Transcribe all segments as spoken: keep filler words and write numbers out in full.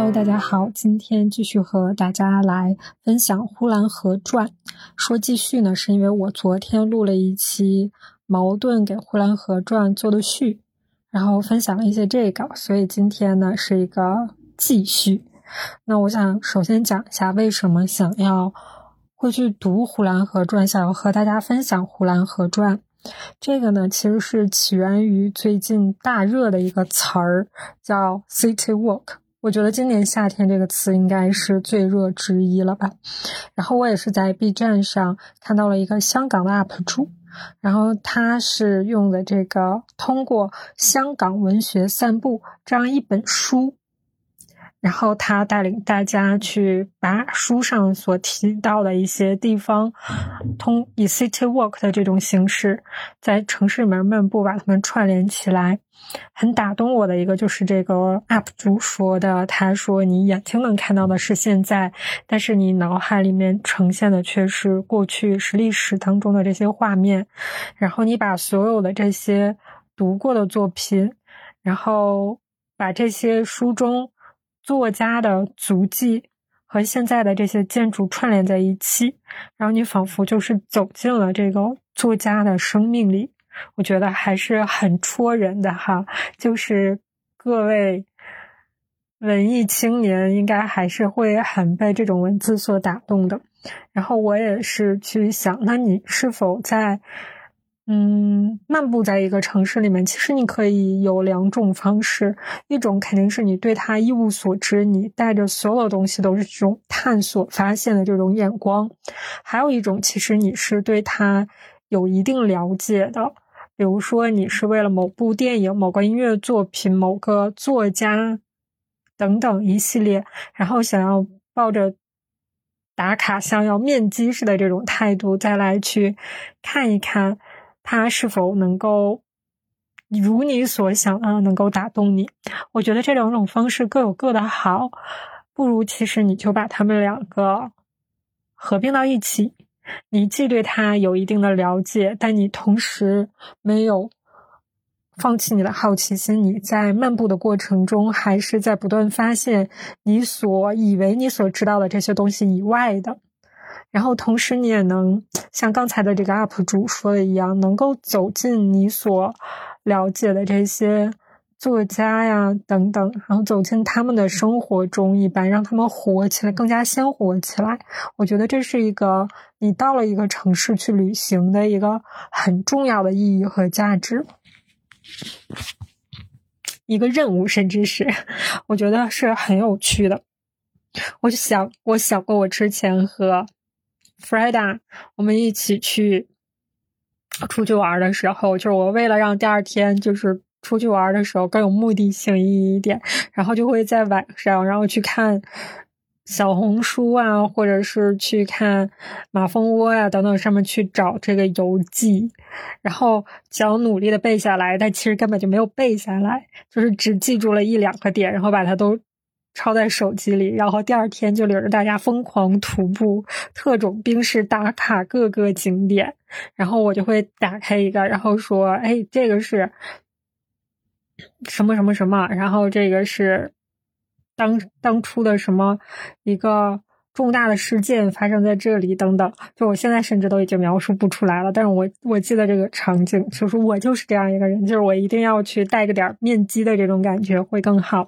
Hello， 大家好，今天继续和大家来分享《呼兰河传》。说继续呢，是因为我昨天录了一期茅盾给《呼兰河传》做的序，然后分享了一些这个，所以今天呢是一个继续。那我想首先讲一下为什么想要会去读《呼兰河传》，想要和大家分享《呼兰河传》。这个呢其实是起源于最近大热的一个词儿，叫 City Walk。我觉得今年夏天这个词应该是最热之一了吧。然后我也是在 B 站上看到了一个香港的 U P 主，然后他是用的这个通过香港文学散步这样一本书，然后他带领大家去把书上所提到的一些地方通以 City Walk 的这种形式在城市里面漫步，把它们串联起来。很打动我的一个就是这个 U P 主说的，他说你眼睛能看到的是现在，但是你脑海里面呈现的却是过去，是历史当中的这些画面。然后你把所有的这些读过的作品，然后把这些书中作家的足迹和现在的这些建筑串联在一起，然后你仿佛就是走进了这个作家的生命里。我觉得还是很戳人的哈，就是各位文艺青年应该还是会很被这种文字所打动的。然后我也是去想，那你是否在嗯，漫步在一个城市里面，其实你可以有两种方式，一种肯定是你对它一无所知，你带着所有东西都是这种探索发现的这种眼光，还有一种其实你是对它有一定了解的，比如说你是为了某部电影、某个音乐作品、某个作家等等一系列，然后想要抱着打卡像要面基似的这种态度再来去看一看它是否能够如你所想啊，能够打动你。我觉得这两种方式各有各的好，不如其实你就把它们两个合并到一起。你既对它有一定的了解，但你同时没有放弃你的好奇心，你在漫步的过程中还是在不断发现你所以为你所知道的这些东西以外的。然后同时你也能像刚才的这个 U P 主说的一样，能够走进你所了解的这些作家呀等等，然后走进他们的生活中一般，让他们活起来，更加鲜活起来。我觉得这是一个你到了一个城市去旅行的一个很重要的意义和价值，一个任务，甚至是我觉得是很有趣的。我就想我想过我之前和Freda 我们一起去出去玩的时候，就是我为了让第二天就是出去玩的时候更有目的性意义一点，然后就会在晚上然后去看小红书啊，或者是去看马蜂窝啊等等上面去找这个游记，然后想努力的背下来，但其实根本就没有背下来，就是只记住了一两个点，然后把它都抄在手机里，然后第二天就领着大家疯狂徒步特种兵式打卡各个景点。然后我就会打开一个，然后说哎，这个是什么什么什么，然后这个是当当初的什么一个重大的事件发生在这里等等，就我现在甚至都已经描述不出来了，但是我我记得这个场景，就是我就是这样一个人，就是我一定要去带个点面基的这种感觉会更好。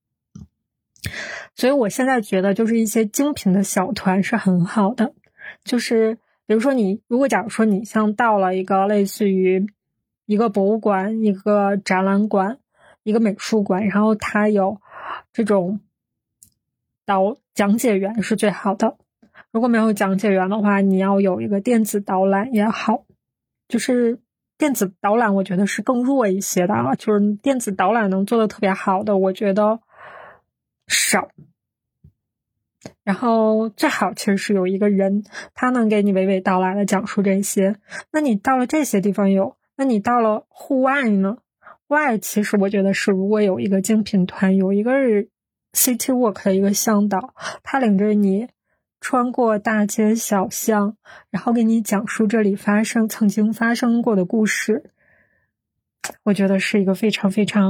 所以我现在觉得就是一些精品的小团是很好的，就是比如说你如果假如说你像到了一个类似于一个博物馆、一个展览馆、一个美术馆，然后它有这种导讲解员是最好的，如果没有讲解员的话，你要有一个电子导览也好，就是电子导览我觉得是更弱一些的啊，就是电子导览能做得特别好的我觉得少，然后最好其实是有一个人他能给你娓娓道来的讲述这些。那你到了这些地方有，那你到了户外呢？外其实我觉得是如果有一个精品团，有一个 City Walk 的一个向导，他领着你穿过大街小巷，然后给你讲述这里发生曾经发生过的故事，我觉得是一个非常非常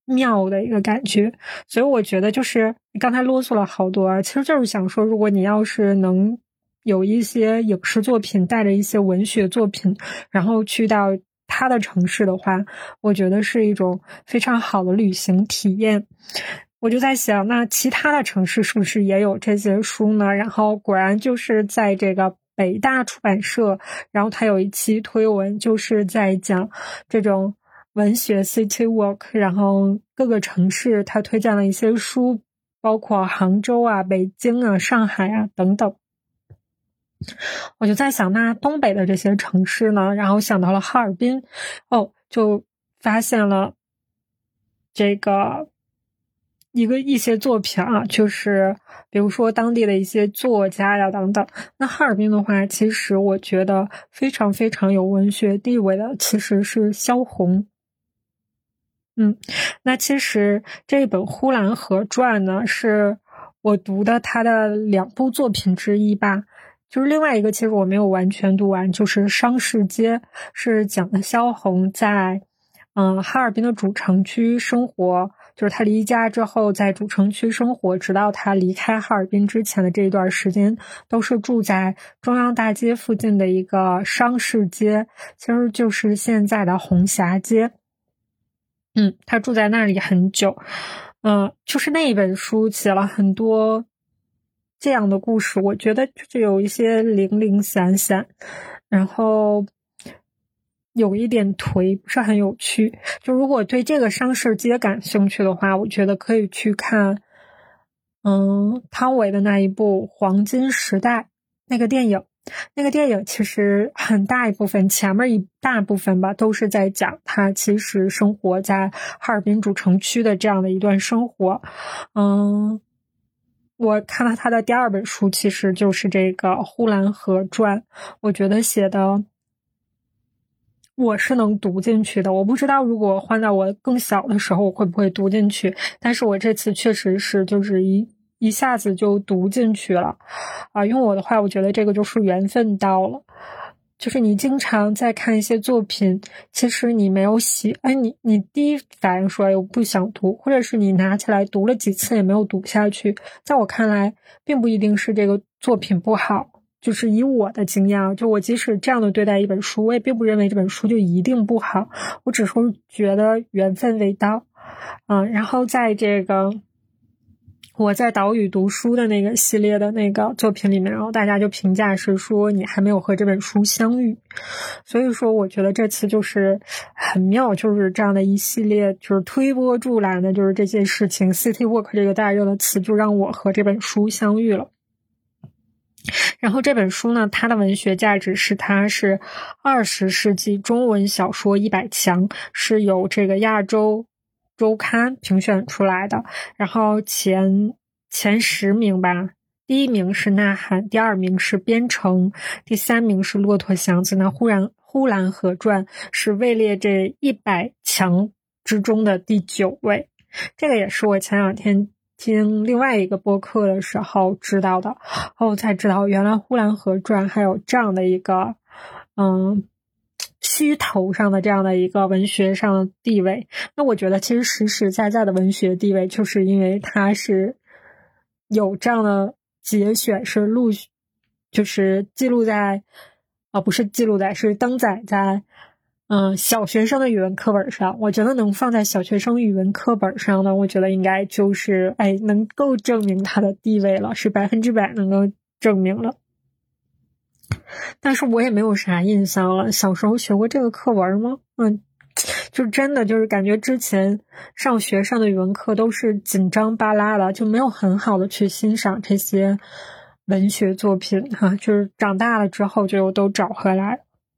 妙的一个感觉。所以我觉得就是刚才啰嗦了好多，其实就是想说，如果你要是能有一些影视作品带着一些文学作品，然后去到他的城市的话，我觉得是一种非常好的旅行体验。我就在想，那其他的城市是不是也有这些书呢？然后果然就是在这个北大出版社，然后他有一期推文，就是在讲这种文学 city walk， 然后各个城市他推荐了一些书，包括杭州啊、北京啊、上海啊等等。我就在想，那东北的这些城市呢，然后想到了哈尔滨，哦，就发现了这个一个一些作品啊，就是比如说当地的一些作家呀等等。那哈尔滨的话，其实我觉得非常非常有文学地位的其实是萧红。嗯，那其实这本《呼兰河传》呢，是我读的他的两部作品之一吧。就是另外一个其实我没有完全读完，就是《商市街》，是讲的萧红在嗯哈尔滨的主城区生活，就是他离家之后在主城区生活，直到他离开哈尔滨之前的这一段时间，都是住在中央大街附近的一个商市街，其实就是现在的红霞街。嗯，他住在那里很久。嗯、呃，就是那一本书写了很多这样的故事，我觉得就是有一些零零散散，然后有一点颓，不是很有趣。就如果对这个商市街感兴趣的话，我觉得可以去看嗯汤唯的那一部《黄金时代》那个电影。那个电影其实很大一部分，前面一大部分吧，都是在讲他其实生活在哈尔滨主城区的这样的一段生活。嗯，我看了他的第二本书，其实就是这个《呼兰河传》，我觉得写的我是能读进去的。我不知道如果换到我更小的时候我会不会读进去，但是我这次确实是就是一一下子就读进去了啊！用我的话，我觉得这个就是缘分到了。就是你经常在看一些作品，其实你没有喜，哎，你你第一反应说，哎，我不想读，或者是你拿起来读了几次也没有读下去。在我看来，并不一定是这个作品不好，就是以我的经验，就我即使这样的对待一本书，我也并不认为这本书就一定不好，我只是觉得缘分未到。嗯，然后在这个我在岛屿读书的那个系列的那个作品里面，然后大家就评价是说你还没有和这本书相遇。所以说我觉得这次就是很妙，就是这样的一系列就是推波助澜的就是这些事情， City Walk 这个大热的词就让我和这本书相遇了。然后这本书呢，它的文学价值是它是二十世纪中文小说一百强，是由这个亚洲周刊评选出来的。然后前前十名吧，第一名是呐喊，第二名是边城，第三名是骆驼祥子。那忽然呼兰河传是位列这一百强之中的第九位。这个也是我前两天听另外一个播客的时候知道的，后才知道原来呼兰河传还有这样的一个嗯虚头上的这样的一个文学上的地位。那我觉得其实实实在在的文学地位，就是因为它是有这样的节选，是录就是记录在啊、呃、不是记录在是登载在嗯小学生的语文课本上。我觉得能放在小学生语文课本上呢，我觉得应该就是哎能够证明它的地位了，是百分之百能够证明了。但是我也没有啥印象了，小时候学过这个课文吗？嗯，就真的就是感觉之前上学上的语文课都是紧张巴拉的，就没有很好的去欣赏这些文学作品哈，就是长大了之后就都找回来。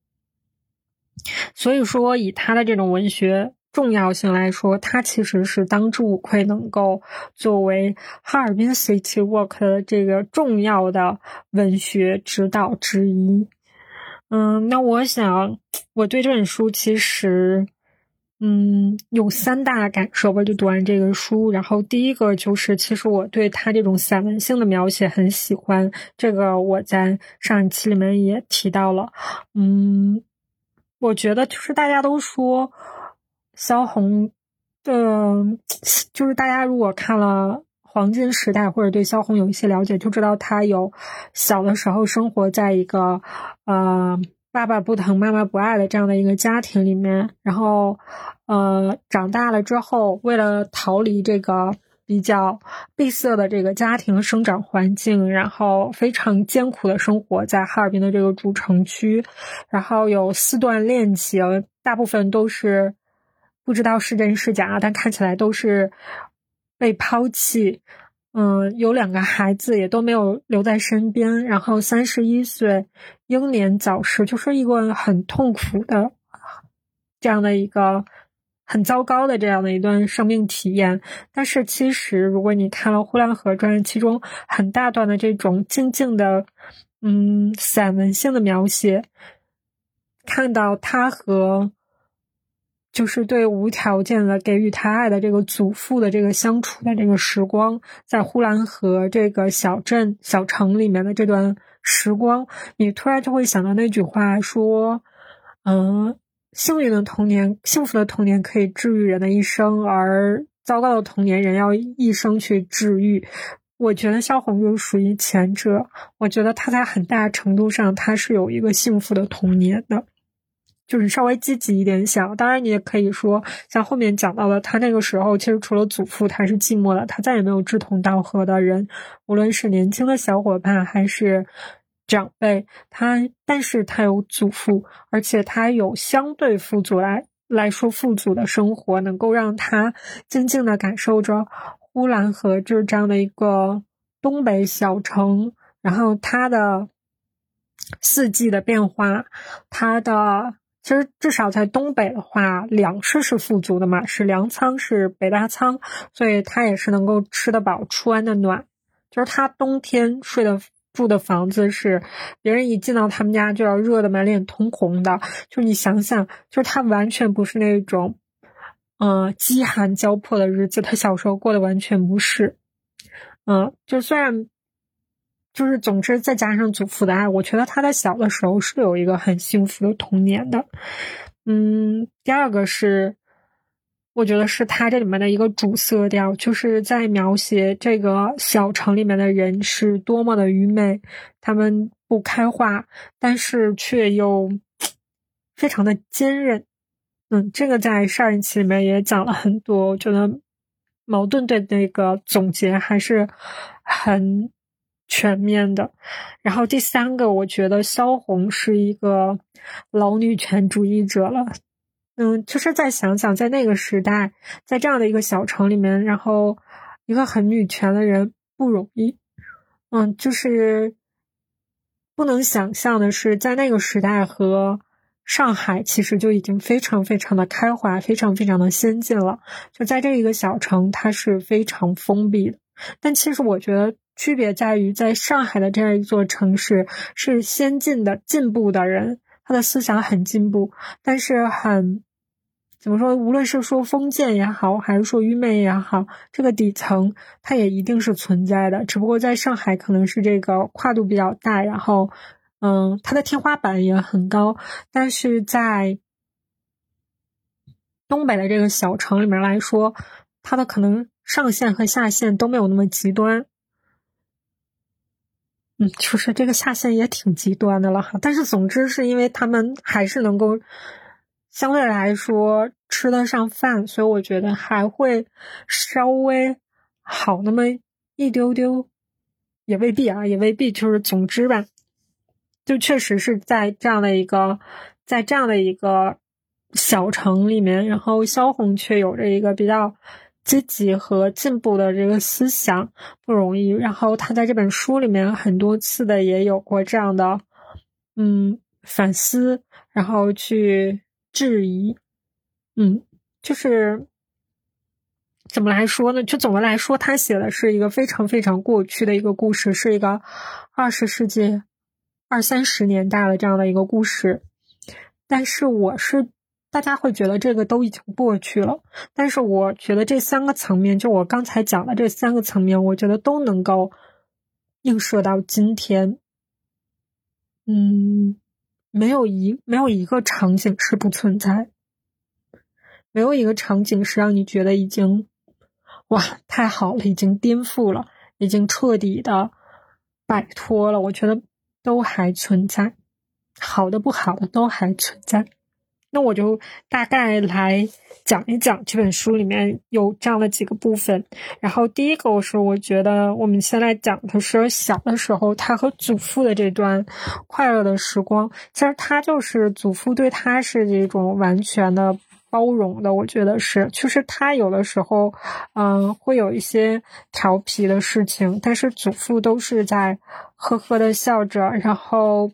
所以说以他的这种文学重要性来说，它其实是当之无愧能够作为哈尔滨 City Walk 的这个重要的文学指导之一。嗯，那我想我对这本书其实嗯有三大感受吧，就读完这个书。然后第一个就是其实我对他这种散文性的描写很喜欢，这个我在上一期里面也提到了。嗯，我觉得就是大家都说萧红的，就是大家如果看了黄金时代或者对萧红有一些了解，就知道他有小的时候生活在一个呃爸爸不疼妈妈不爱的这样的一个家庭里面，然后呃长大了之后，为了逃离这个比较闭塞的这个家庭生长环境，然后非常艰苦的生活在哈尔滨的这个主城区，然后有四段恋情，大部分都是不知道是真是假，但看起来都是被抛弃。嗯，有两个孩子也都没有留在身边，然后三十一岁英年早逝，就是一个很痛苦的这样的一个很糟糕的这样的一段生命体验。但是其实如果你看了《呼兰河传》，其中很大段的这种静静的嗯散文性的描写，看到他和就是对无条件的给予他爱的这个祖父的这个相处的这个时光，在呼兰河这个小镇小城里面的这段时光，你突然就会想到那句话说嗯，幸运的童年幸福的童年可以治愈人的一生，而糟糕的童年人要一生去治愈。我觉得萧红就属于前者，我觉得他在很大程度上他是有一个幸福的童年的，就是稍微积极一点想。当然你也可以说像后面讲到的，他那个时候其实除了祖父他是寂寞的，他再也没有志同道合的人，无论是年轻的小伙伴还是长辈，他但是他有祖父，而且他有相对富足来来说富足的生活，能够让他静静地感受着呼兰河就是这样的一个东北小城，然后它的四季的变化，它的其实至少在东北的话，粮食是富足的嘛，是粮仓是北大仓，所以它也是能够吃得饱穿得暖，就是它冬天睡的住的房子是别人一进到他们家就要热得满脸通红的，就你想想，就是他完全不是那种呃饥寒交迫的日子，他小时候过得完全不是。嗯，就虽然就是总之再加上祖父的爱，我觉得他在小的时候是有一个很幸福的童年的。嗯，第二个是我觉得是他这里面的一个主色调，就是在描写这个小城里面的人是多么的愚昧，他们不开化，但是却又非常的坚韧。嗯，这个在上一期里面也讲了很多，我觉得矛盾对那个总结还是很全面的。然后第三个，我觉得萧红是一个老女权主义者了。嗯，就是再想想在那个时代，在这样的一个小城里面，然后一个很女权的人不容易。嗯，就是不能想象的是在那个时代和上海其实就已经非常非常的开化，非常非常的先进了，就在这一个小城它是非常封闭的。但其实我觉得区别在于，在上海的这样一座城市是先进的进步的人，他的思想很进步，但是很怎么说，无论是说封建也好还是说愚昧也好，这个底层它也一定是存在的，只不过在上海可能是这个跨度比较大，然后嗯，它的天花板也很高，但是在东北的这个小城里面来说，它的可能上限和下限都没有那么极端。嗯，就是这个下限也挺极端的了哈，但是总之是因为他们还是能够相对来说吃得上饭，所以我觉得还会稍微好那么一丢丢，也未必啊，也未必，就是总之吧，就确实是在这样的一个在这样的一个小城里面，然后萧红却有着一个比较积极和进步的这个思想，不容易。然后他在这本书里面很多次的也有过这样的嗯反思，然后去质疑。嗯，就是怎么来说呢，就总的来说他写的是一个非常非常过去的一个故事，是一个二十世纪二三十年代的这样的一个故事。但是我是大家会觉得这个都已经过去了，但是我觉得这三个层面，就我刚才讲的这三个层面，我觉得都能够映射到今天。嗯，没有一没有一个场景是不存在， 没有一个场景是让你觉得已经哇太好了，已经颠覆了，已经彻底的摆脱了，我觉得都还存在，好的不好的都还存在。那我就大概来讲一讲这本书里面有这样的几个部分。然后第一个是我觉得我们先来讲的是小的时候他和祖父的这段快乐的时光。其实他就是祖父对他是这种完全的包容的，我觉得是，就是他有的时候嗯、呃，会有一些调皮的事情，但是祖父都是在呵呵的笑着，然后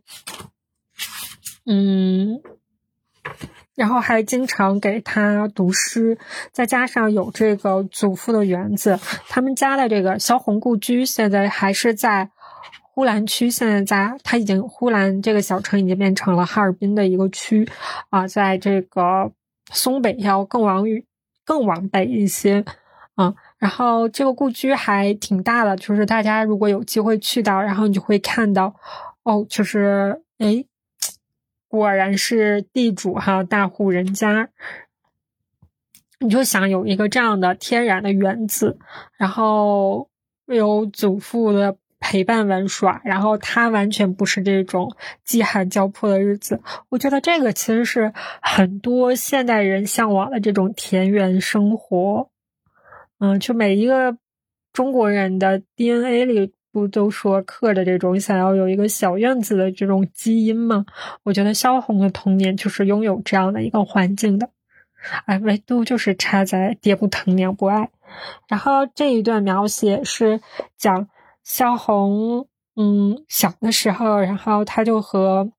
嗯然后还经常给他读诗，再加上有这个祖父的园子，他们家的这个萧红故居现在还是在呼兰区，现在在它已经呼兰这个小城已经变成了哈尔滨的一个区啊，在这个松北腰更往更往北一些啊。然后这个故居还挺大的，就是大家如果有机会去到，然后你就会看到哦，就是诶果然是地主哈，大户人家。你就想有一个这样的天然的园子，然后有祖父的陪伴玩耍，然后他完全不是这种饥寒交迫的日子。我觉得这个其实是很多现代人向往的这种田园生活。嗯，就每一个中国人的 D N A 里不都说刻着这种想要有一个小院子的这种基因吗？我觉得萧红的童年就是拥有这样的一个环境的，哎，唯独就是差在爹不疼娘不爱。然后这一段描写是讲萧红嗯小的时候，然后他就和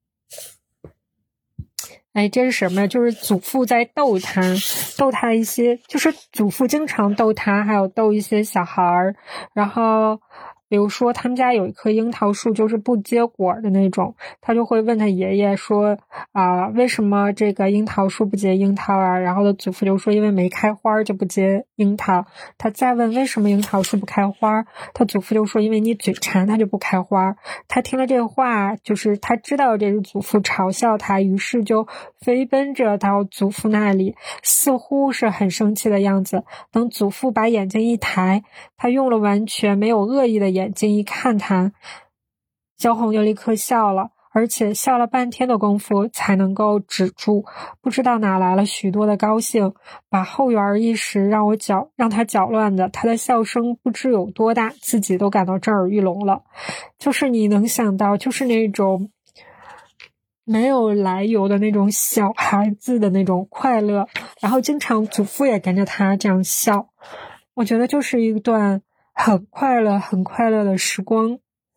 哎，这是什么？就是祖父在逗他，逗他一些，就是祖父经常逗他，还有逗一些小孩儿。然后，比如说他们家有一棵樱桃树，就是不结果的那种，他就会问他爷爷说啊、呃，为什么这个樱桃树不结樱桃啊？然后的祖父就说，因为没开花就不结樱桃。他再问为什么樱桃树不开花，他祖父就说，因为你嘴馋，它就不开花。他听了这话，就是他知道这是祖父嘲笑他，于是就飞奔着到祖父那里，似乎是很生气的样子。等祖父把眼睛一抬，他用了完全没有恶意的眼睛一看他，萧红就立刻笑了，而且笑了半天的功夫才能够止住，不知道哪来了许多的高兴，把后园一时让我搅让他搅乱的，他的笑声不知有多大，自己都感到震耳欲聋了。就是你能想到，就是那种没有来由的那种小孩子的那种快乐，然后经常祖父也跟着他这样笑，我觉得就是一段很快乐很快乐的时光。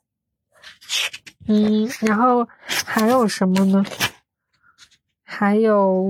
嗯，然后还有什么呢？还有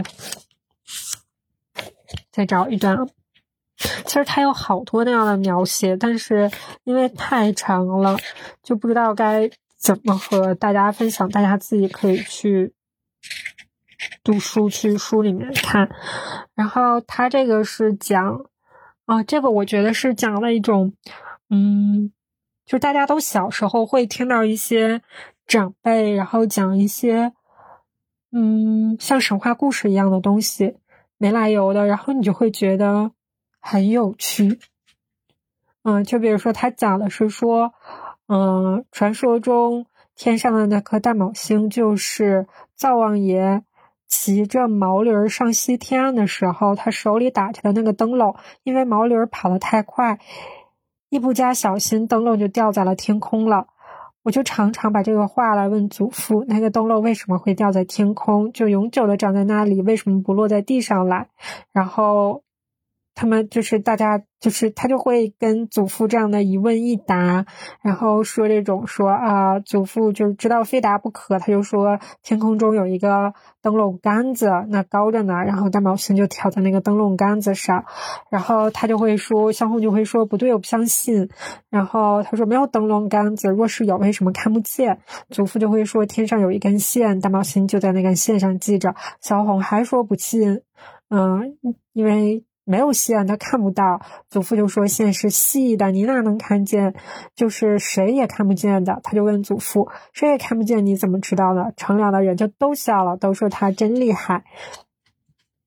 再找一段，其实它有好多那样的描写，但是因为太长了，就不知道该怎么和大家分享，大家自己可以去读书，去书里面看。然后它这个是讲啊，这个我觉得是讲了一种嗯就大家都小时候会听到一些长辈然后讲一些嗯像神话故事一样的东西，没来由的，然后你就会觉得很有趣。嗯，就比如说他讲的是说嗯，传说中天上的那颗大卯星就是灶王爷骑着毛驴上西天的时候，他手里打着的那个灯笼，因为毛驴跑得太快，一不加小心，灯笼就掉在了天空了。我就常常把这个话来问祖父，那个灯笼为什么会掉在天空，就永久的长在那里，为什么不落在地上来？然后他们就是大家就是他就会跟祖父这样的一问一答，然后说这种说啊，祖父就知道非答不可，他就说天空中有一个灯笼杆子，那高着呢，然后大卯星就跳在那个灯笼杆子上，然后他就会说，萧红就会说不对，我不相信，然后他说没有灯笼杆子，若是有为什么看不见？祖父就会说天上有一根线，大卯星就在那根线上系着，萧红还说不信，嗯，因为没有线他看不到，祖父就说线是细的，你哪能看见，就是谁也看不见的。他就问祖父，谁也看不见你怎么知道呢？乘凉的人就都笑了，都说他真厉害。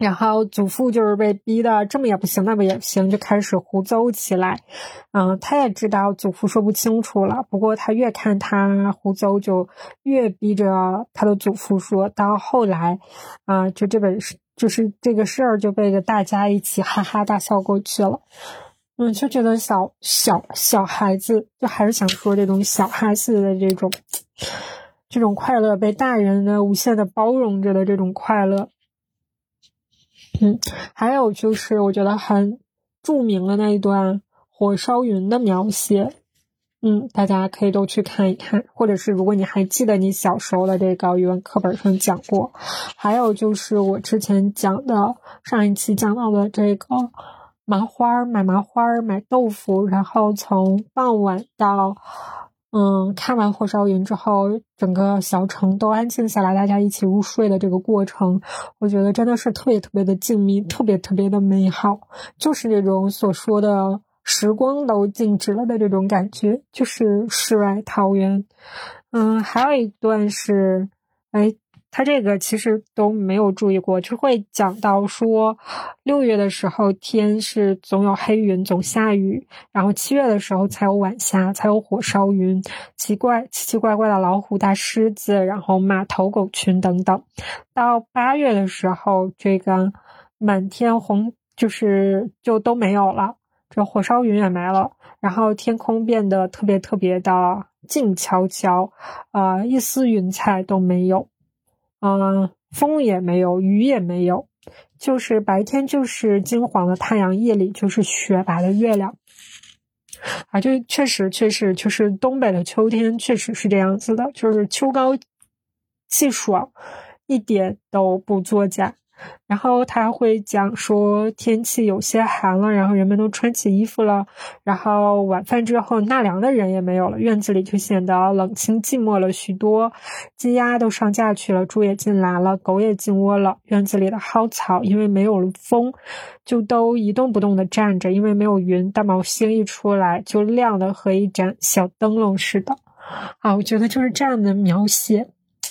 然后祖父就是被逼的这么也不行那么也不行，就开始胡诌起来。嗯，他也知道祖父说不清楚了，不过他越看他胡诌就越逼着他的祖父说。到后来啊、呃，就这本就是这个事儿就被大家一起哈哈大笑过去了。嗯，就觉得小小小孩子，就还是想说这种小孩子的这种这种快乐被大人的无限的包容着的这种快乐。嗯，还有就是我觉得很著名的那一段火烧云的描写，嗯，大家可以都去看一看，或者是如果你还记得你小时候的这个语文课本上讲过。还有就是我之前讲的上一期讲到的这个麻花买麻花买豆腐，然后从傍晚到嗯，看完火烧云之后整个小城都安静下来，大家一起入睡的这个过程，我觉得真的是特别特别的静谧，特别特别的美好，就是这种所说的时光都静止了的这种感觉，就是世外桃源。嗯，还有一段是哎他这个其实都没有注意过，就会讲到说六月的时候天是总有黑云总下雨，然后七月的时候才有晚霞，才有火烧云，奇怪奇奇怪怪的老虎大狮子，然后马头狗群等等。到八月的时候这个满天红就是就都没有了，这火烧云也没了，然后天空变得特别特别的静悄悄，呃，一丝云彩都没有。嗯、呃，风也没有，雨也没有，就是白天就是金黄的太阳，夜里就是雪白的月亮。啊，就确实确实就是东北的秋天确实是这样子的，就是秋高气爽，一点都不作假。然后他会讲说天气有些寒了，然后人们都穿起衣服了，然后晚饭之后纳凉的人也没有了，院子里就显得冷清寂寞了许多。鸡鸭都上架去了，猪也进来了，狗也进窝了。院子里的蒿草因为没有了风，就都一动不动地站着，因为没有云，大毛星一出来就亮得和一盏小灯笼似的。啊，我觉得就是这样的描写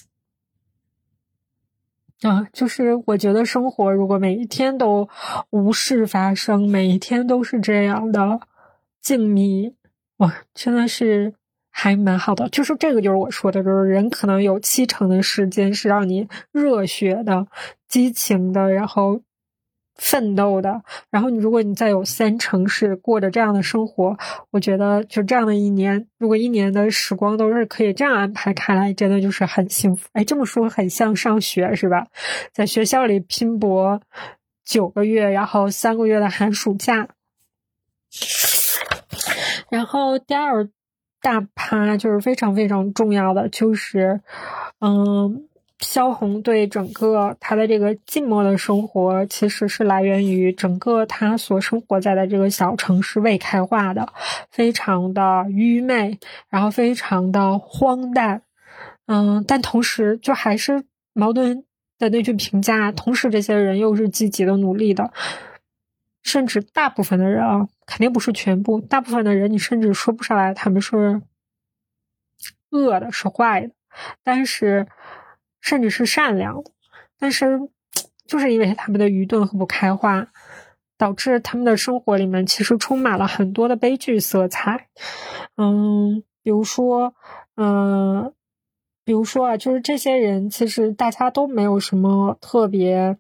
啊，就是我觉得生活如果每一天都无事发生，每一天都是这样的静谧，哇，真的是还蛮好的。就是这个就是我说的，就是人可能有七成的时间是让你热血的、激情的，然后奋斗的，然后你如果你再有三成是过着这样的生活，我觉得就这样的一年，如果一年的时光都是可以这样安排开来，真的就是很幸福。哎，这么说很像上学是吧？在学校里拼搏九个月，然后三个月的寒暑假。然后第二大趴就是非常非常重要的，就是嗯萧红对整个他的这个寂寞的生活其实是来源于整个他所生活在的这个小城市未开化的，非常的愚昧，然后非常的荒诞。嗯，但同时就还是矛盾的那句评价，同时这些人又是积极的努力的，甚至大部分的人啊，肯定不是全部，大部分的人你甚至说不上来他们是恶的是坏的，但是甚至是善良的，但是就是因为他们的愚钝和不开化，导致他们的生活里面其实充满了很多的悲剧色彩。嗯，比如说嗯，比如说啊，就是这些人其实大家都没有什么特别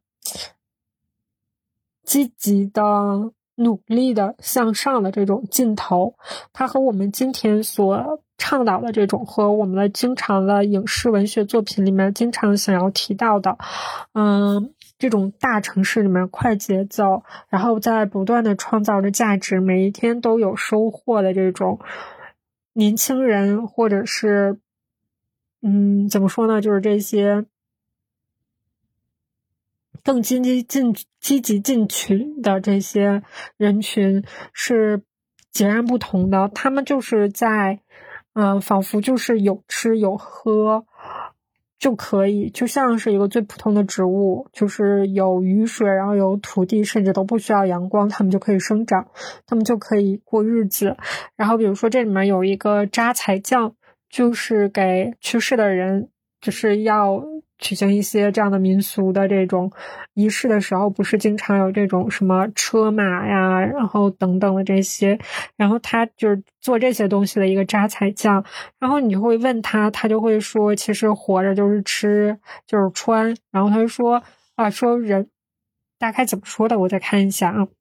积极的努力的向上的这种劲头，它和我们今天所倡导的这种，和我们的经常的影视文学作品里面经常想要提到的嗯，这种大城市里面快节奏，然后在不断的创造着价值，每一天都有收获的这种年轻人，或者是嗯，怎么说呢，就是这些更积极进积极进取的这些人群是截然不同的。他们就是在嗯、呃，仿佛就是有吃有喝就可以，就像是一个最普通的植物，就是有雨水，然后有土地，甚至都不需要阳光，他们就可以生长，他们就可以过日子。然后比如说这里面有一个扎财匠，就是给去世的人就是要举行一些这样的民俗的这种仪式的时候，不是经常有这种什么车马呀，然后等等的这些，然后他就是做这些东西的一个扎彩匠，然后你就会问他，他就会说其实活着就是吃就是穿，然后他就说啊说人大概怎么说的，我再看一下啊，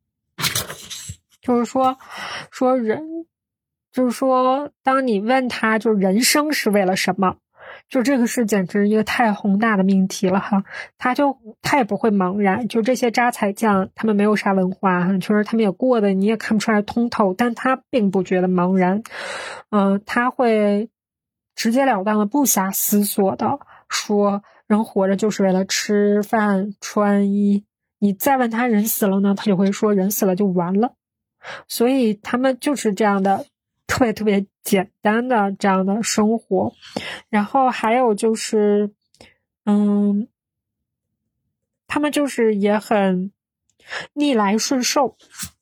就是说说人就是说当你问他就人生是为了什么，就这个是简直一个太宏大的命题了哈，他就他也不会茫然，就这些扎彩匠他们没有啥文化哈，就是他们也过得你也看不出来通透，但他并不觉得茫然，嗯、呃，他会直截了当的不暇思索的说人活着就是为了吃饭穿衣，你再问他人死了呢，他就会说人死了就完了，所以他们就是这样的特别特别简单的这样的生活。然后还有就是嗯，他们就是也很逆来顺受，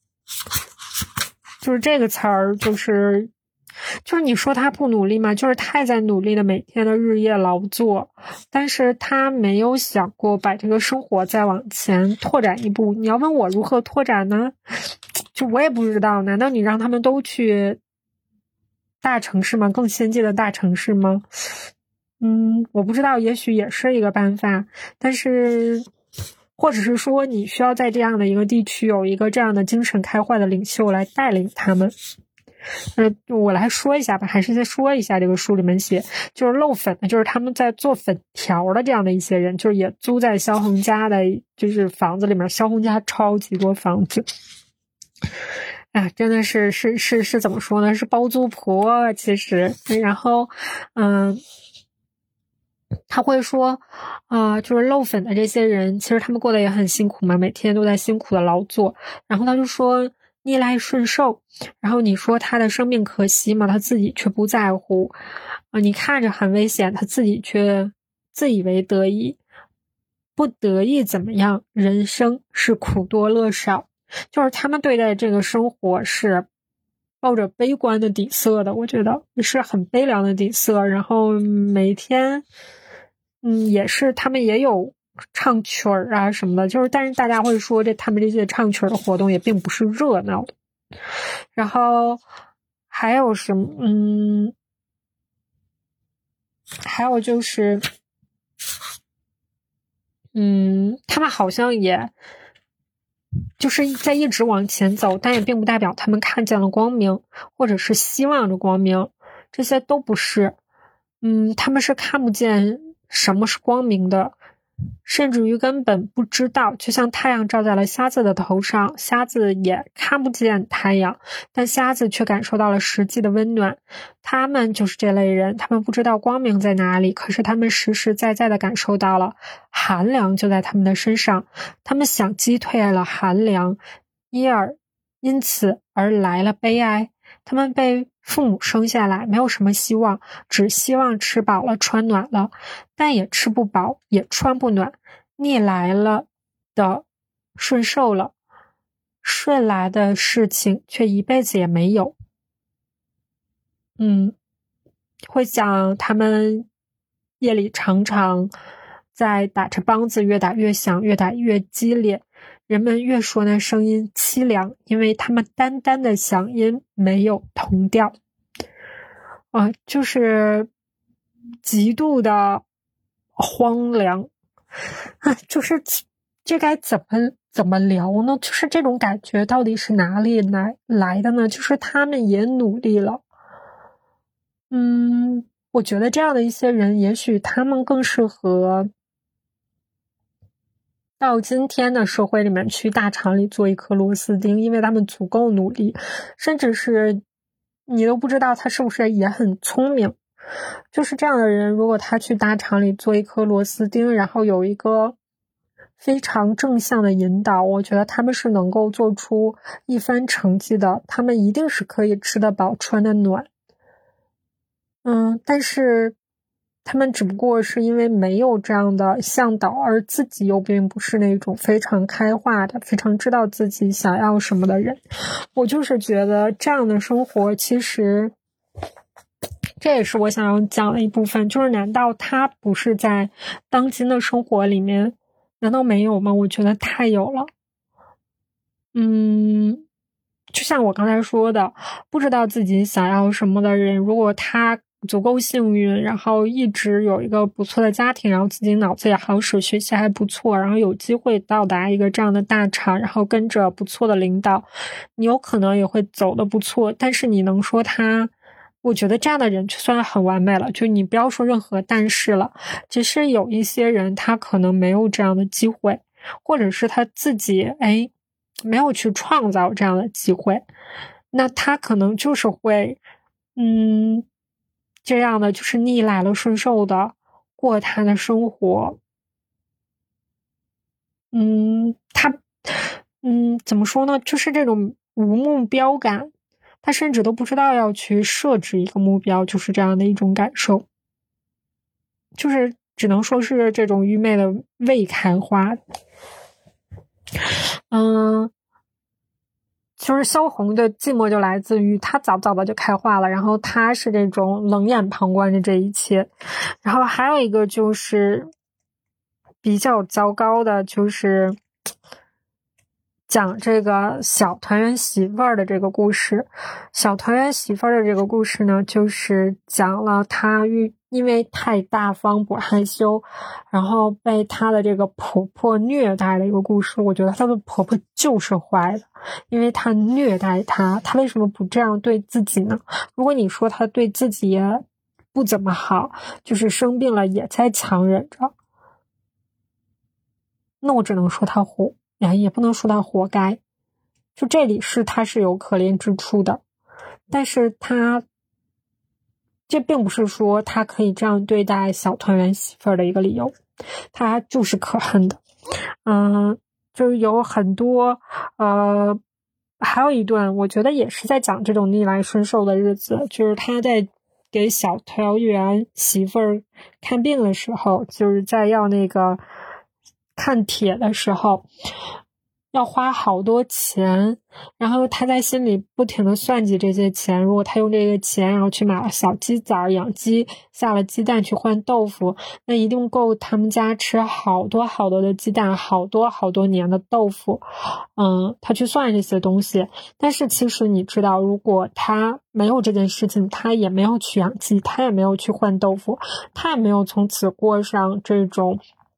就是这个词儿就是就是你说他不努力嘛，就是他也在努力的每天的日夜劳作，但是他没有想过把这个生活再往前拓展一步。你要问我如何拓展呢，就我也不知道，难道你让他们都去大城市吗？更先进的大城市吗？嗯，我不知道，也许也是一个办法，但是或者是说你需要在这样的一个地区有一个这样的精神开化的领袖来带领他们。呃，我来说一下吧，还是再说一下这个书里面写，就是漏粉的，就是他们在做粉条的这样的一些人，就是也租在萧红家的就是房子里面，萧红家超级多房子。啊，真的是是是是怎么说呢？是包租婆其实，然后嗯。他会说啊、呃，就是漏粉的这些人其实他们过得也很辛苦嘛，每天都在辛苦的劳作，然后他就说逆来顺受，然后你说他的生命可惜嘛，他自己却不在乎啊、呃，你看着很危险，他自己却自以为得意，不得意怎么样，人生是苦多乐少，就是他们对待这个生活是抱着悲观的底色的，我觉得是很悲凉的底色，然后每天嗯，也是他们也有唱曲儿啊什么的，就是但是大家会说这他们这些唱曲儿的活动也并不是热闹的。然后还有什么嗯还有就是嗯他们好像也就是在一直往前走，但也并不代表他们看见了光明，或者是希望着光明，这些都不是。嗯，他们是看不见什么是光明的，甚至于根本不知道，就像太阳照在了瞎子的头上，瞎子也看不见太阳，但瞎子却感受到了实际的温暖。他们就是这类人，他们不知道光明在哪里，可是他们实实在在的感受到了寒凉就在他们的身上，他们想击退了寒凉，因而因此而来了悲哀。他们被父母生下来，没有什么希望，只希望吃饱了穿暖了，但也吃不饱，也穿不暖，逆来了的顺受了，顺来的事情却一辈子也没有。嗯，会讲他们夜里常常在打着梆子，越打越响，越打越激烈，人们越说那声音凄凉，因为他们单单的响音没有同调。啊，就是极度的荒凉啊，就是这该怎么怎么聊呢？就是这种感觉到底是哪里来来的呢？就是他们也努力了，嗯，我觉得这样的一些人，也许他们更适合到今天的社会里面去大厂里做一颗螺丝钉，因为他们足够努力，甚至是你都不知道他是不是也很聪明。就是这样的人，如果他去大厂里做一颗螺丝钉，然后有一个非常正向的引导，我觉得他们是能够做出一番成绩的，他们一定是可以吃得饱穿得暖。嗯，但是他们只不过是因为没有这样的向导，而自己又并不是那种非常开化的，非常知道自己想要什么的人。我就是觉得这样的生活其实这也是我想要讲的一部分，就是难道它不是在当今的生活里面，难道没有吗？我觉得太有了。嗯，就像我刚才说的，不知道自己想要什么的人，如果他足够幸运，然后一直有一个不错的家庭，然后自己脑子也好使，学习还不错，然后有机会到达一个这样的大厂，然后跟着不错的领导，你有可能也会走得不错。但是你能说他，我觉得这样的人就算很完美了，就你不要说任何但是了。只是有一些人他可能没有这样的机会，或者是他自己哎没有去创造这样的机会，那他可能就是会嗯这样的，就是逆来了顺受的过他的生活。嗯，他嗯怎么说呢，就是这种无目标感，他甚至都不知道要去设置一个目标，就是这样的一种感受，就是只能说是这种愚昧的未开花。嗯，其实萧红的寂寞就来自于她早早的就开化了，然后她是这种冷眼旁观着这一切。然后还有一个就是比较糟糕的，就是讲这个小团圆媳妇儿的这个故事。小团圆媳妇儿的这个故事呢，就是讲了她遇因为太大方不害羞，然后被她的这个婆婆虐待的一个故事。我觉得她的婆婆就是坏的，因为她虐待她，她为什么不这样对自己呢？如果你说她对自己也不怎么好，就是生病了也在强忍着，那我只能说她活，也不能说她活该。就这里是她是有可怜之处的，但是她这并不是说他可以这样对待小团圆媳妇儿的一个理由，他就是可恨的。嗯，就是有很多呃，还有一段我觉得也是在讲这种逆来顺受的日子，就是他在给小团圆媳妇儿看病的时候，就是在要那个看帖的时候，要花好多钱，然后他在心里不停的算计这些钱，如果他用这个钱然后去买了小鸡仔养鸡，下了鸡蛋去换豆腐，那一定够他们家吃好多好多的鸡蛋，好多好多年的豆腐。嗯，他去算这些东西，但是其实你知道，如果他没有这件事情，他也没有去养鸡，他也没有去换豆腐，他也没有从此过上这种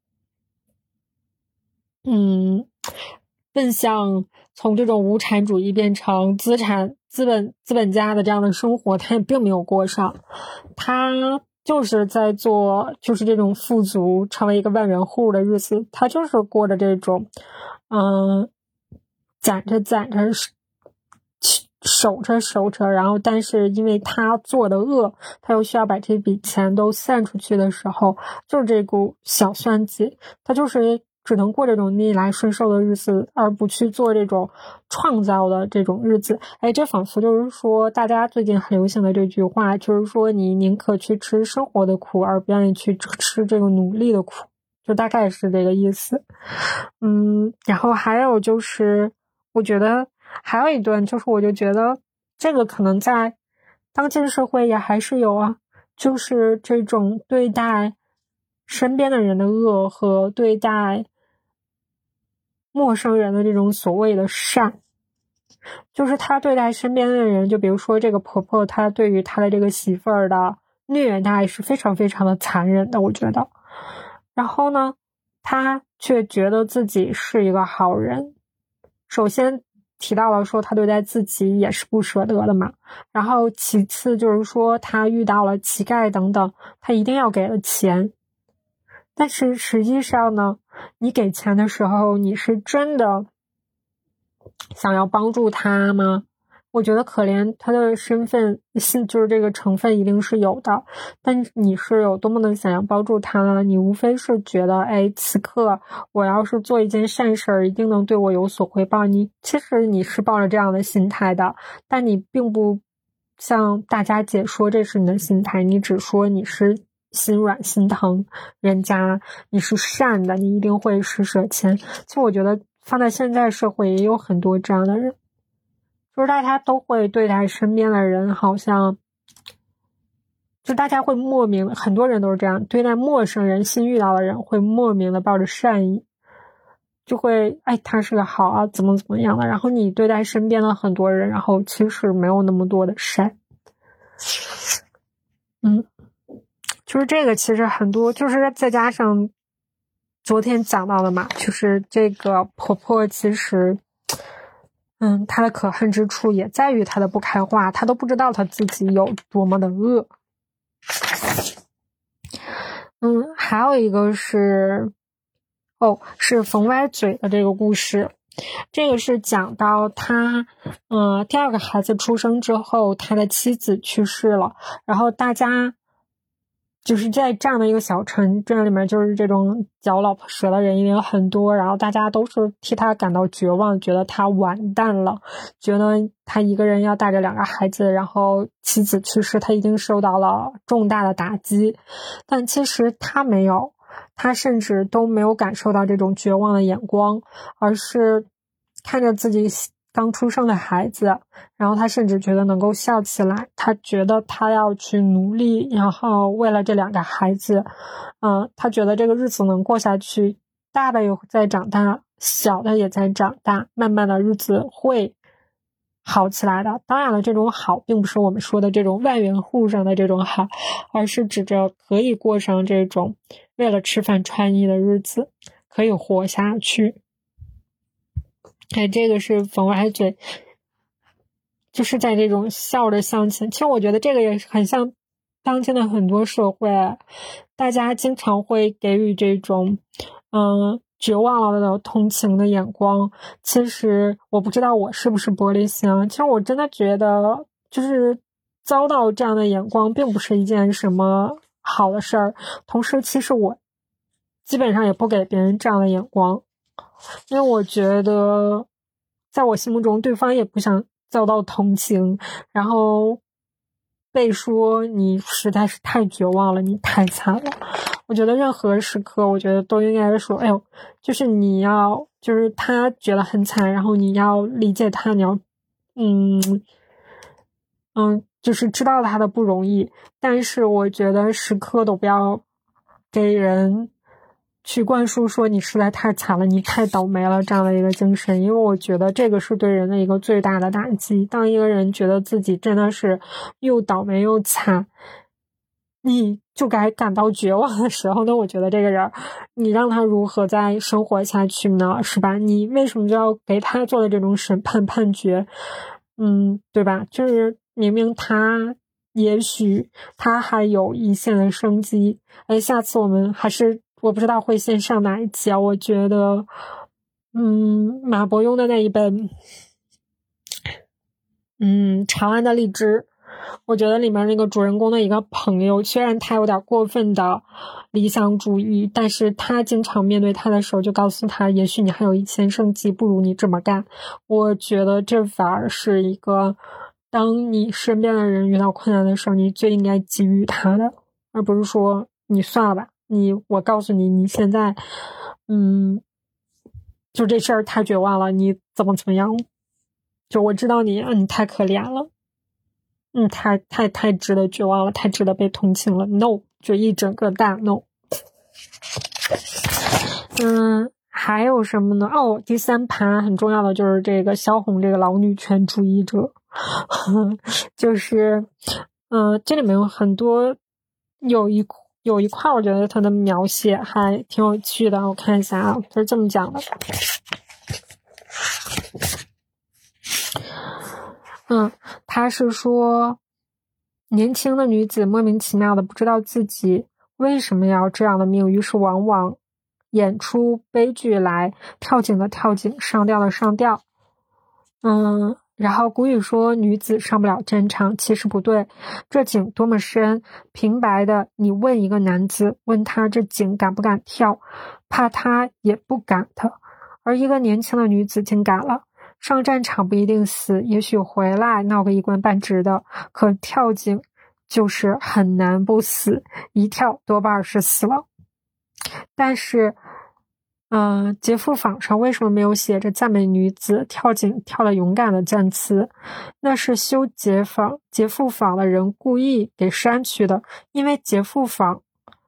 嗯奔向从这种无产主义变成资产资本资本家的这样的生活，他也并没有过上，他就是在做就是这种富足成为一个万元户的日子，他就是过着这种嗯攒着攒着守着守着，然后但是因为他做的恶，他又需要把这笔钱都散出去的时候，就是这股小算计，他就是只能过这种逆来顺受的日子，而不去做这种创造的这种日子。哎，这仿佛就是说大家最近很流行的这句话，就是说你宁可去吃生活的苦，而不愿意去吃这个努力的苦，就大概是这个意思。嗯，然后还有就是我觉得还有一段，就是我就觉得这个可能在当今社会也还是有啊，就是这种对待身边的人的恶和对待陌生人的这种所谓的善。就是他对待身边的人，就比如说这个婆婆，她对于她的这个媳妇儿的虐待是非常非常的残忍的，我觉得。然后呢，她却觉得自己是一个好人。首先提到了说他对待自己也是不舍得的嘛，然后其次就是说他遇到了乞丐等等，他一定要给了钱。但是实际上呢，你给钱的时候，你是真的想要帮助他吗？我觉得可怜他的身份就是这个成分一定是有的，但你是有多么的想要帮助他呢？你无非是觉得哎，此刻我要是做一件善事一定能对我有所回报，你其实你是抱着这样的心态的，但你并不向大家解说这是你的心态，你只说你是心软心疼人家，你是善的，你一定会施舍钱。其实我觉得放在现在社会也有很多这样的人，就是大家都会对待身边的人好像就大家会莫名的，很多人都是这样对待陌生人、新遇到的人，会莫名的抱着善意，就会哎他是个好啊，怎么怎么样的。然后你对待身边的很多人，然后其实没有那么多的善。嗯，就是这个其实很多，就是再加上昨天讲到的嘛，就是这个婆婆其实嗯，她的可恨之处也在于她的不开化，她都不知道她自己有多么的恶。嗯，还有一个是哦，是冯歪嘴的这个故事。这个是讲到他呃第二个孩子出生之后，他的妻子去世了，然后大家就是在这样的一个小城镇里面，就是这种嚼老婆舌的人一定很多，然后大家都是替他感到绝望，觉得他完蛋了，觉得他一个人要带着两个孩子，然后妻子去世，他已经受到了重大的打击。但其实他没有，他甚至都没有感受到这种绝望的眼光，而是看着自己刚出生的孩子，然后他甚至觉得能够笑起来，他觉得他要去努力，然后为了这两个孩子嗯、呃，他觉得这个日子能过下去，大的也在长大，小的也在长大，慢慢的日子会好起来的。当然了，这种好并不是我们说的这种万元户上的这种好，而是指着可以过上这种为了吃饭穿衣的日子，可以活下去。哎，这个是冯歪嘴，就是在这种笑着向前。其实我觉得这个也很像当今的很多社会，大家经常会给予这种嗯绝望了的同情的眼光。其实我不知道我是不是玻璃心，其实我真的觉得就是遭到这样的眼光并不是一件什么好的事儿。同时其实我基本上也不给别人这样的眼光，因为我觉得在我心目中对方也不想遭到同情，然后被说你实在是太绝望了，你太惨了。我觉得任何时刻我觉得都应该说哎呦，就是你要就是他觉得很惨，然后你要理解他，你要嗯嗯就是知道他的不容易。但是我觉得时刻都不要给人去灌输说你实在太惨了，你太倒霉了这样的一个精神，因为我觉得这个是对人的一个最大的打击。当一个人觉得自己真的是又倒霉又惨，你就该感到绝望的时候，那我觉得这个人你让他如何再生活下去呢？是吧？你为什么就要给他做的这种审判判决？嗯，对吧？就是明明他也许他还有一线的生机。哎，下次我们还是我不知道会先上哪一集啊？我觉得，嗯，马伯庸的那一本，嗯，《长安的荔枝》，我觉得里面那个主人公的一个朋友，虽然他有点过分的理想主义，但是他经常面对他的时候就告诉他，也许你还有一线生机，不如你这么干。我觉得这反而是一个，当你身边的人遇到困难的时候，你最应该给予他的，而不是说你算了吧。你我告诉你你现在嗯就这事儿太绝望了，你怎么怎么样，就我知道你啊，你太可怜了，嗯太太太值得绝望了，太值得被同情了。 no 就一整个大 no。 嗯还有什么呢？哦，第三盘很重要的就是这个萧红这个老女权主义者就是嗯、呃，这里面有很多有一有一块我觉得他的描写还挺有趣的，我看一下啊，就是这么讲的。嗯，他是说年轻的女子莫名其妙的不知道自己为什么要这样的命，于是往往演出悲剧来，跳井的跳井，上吊的上吊。嗯，然后古语说女子上不了战场，其实不对，这井多么深，平白的你问一个男子，问他这井敢不敢跳，怕他也不敢的。而一个年轻的女子竟敢了，上战场不一定死，也许回来闹个一官半职的，可跳井就是很难不死，一跳多半是死了。但是嗯、呃，节妇坊上为什么没有写着赞美女子跳井跳得勇敢的赞词？那是修节坊节妇坊的人故意给删去的，因为节妇坊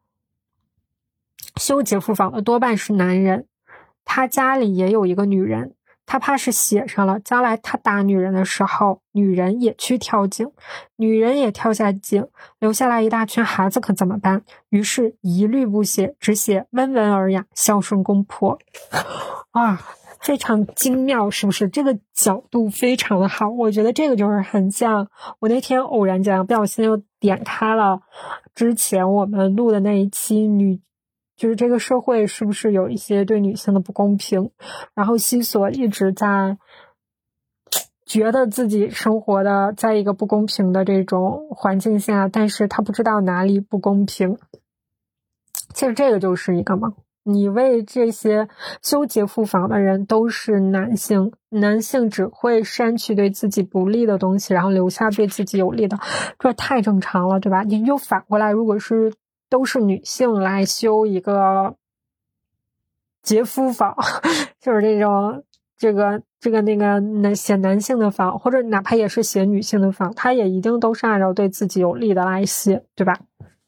修节妇坊的多半是男人，他家里也有一个女人，他怕是写上了将来他打女人的时候，女人也去跳井，女人也跳下井，留下来一大群孩子可怎么办？于是一律不写，只写温文尔雅，孝顺公婆。啊，非常精妙，是不是？这个角度非常的好，我觉得这个就是很像我那天偶然间不小心又点开了之前我们录的那一期女就是这个社会是不是有一些对女性的不公平，然后西索一直在觉得自己生活的在一个不公平的这种环境下，但是他不知道哪里不公平。其实这个就是一个嘛，你为这些修节妇坊的人都是男性，男性只会删去对自己不利的东西，然后留下对自己有利的，这太正常了，对吧？你又反过来，如果是都是女性来修一个节妇坊，就是这种这个这个那个男写男性的坊，或者哪怕也是写女性的坊，他也一定都是按照对自己有利的来写，对吧？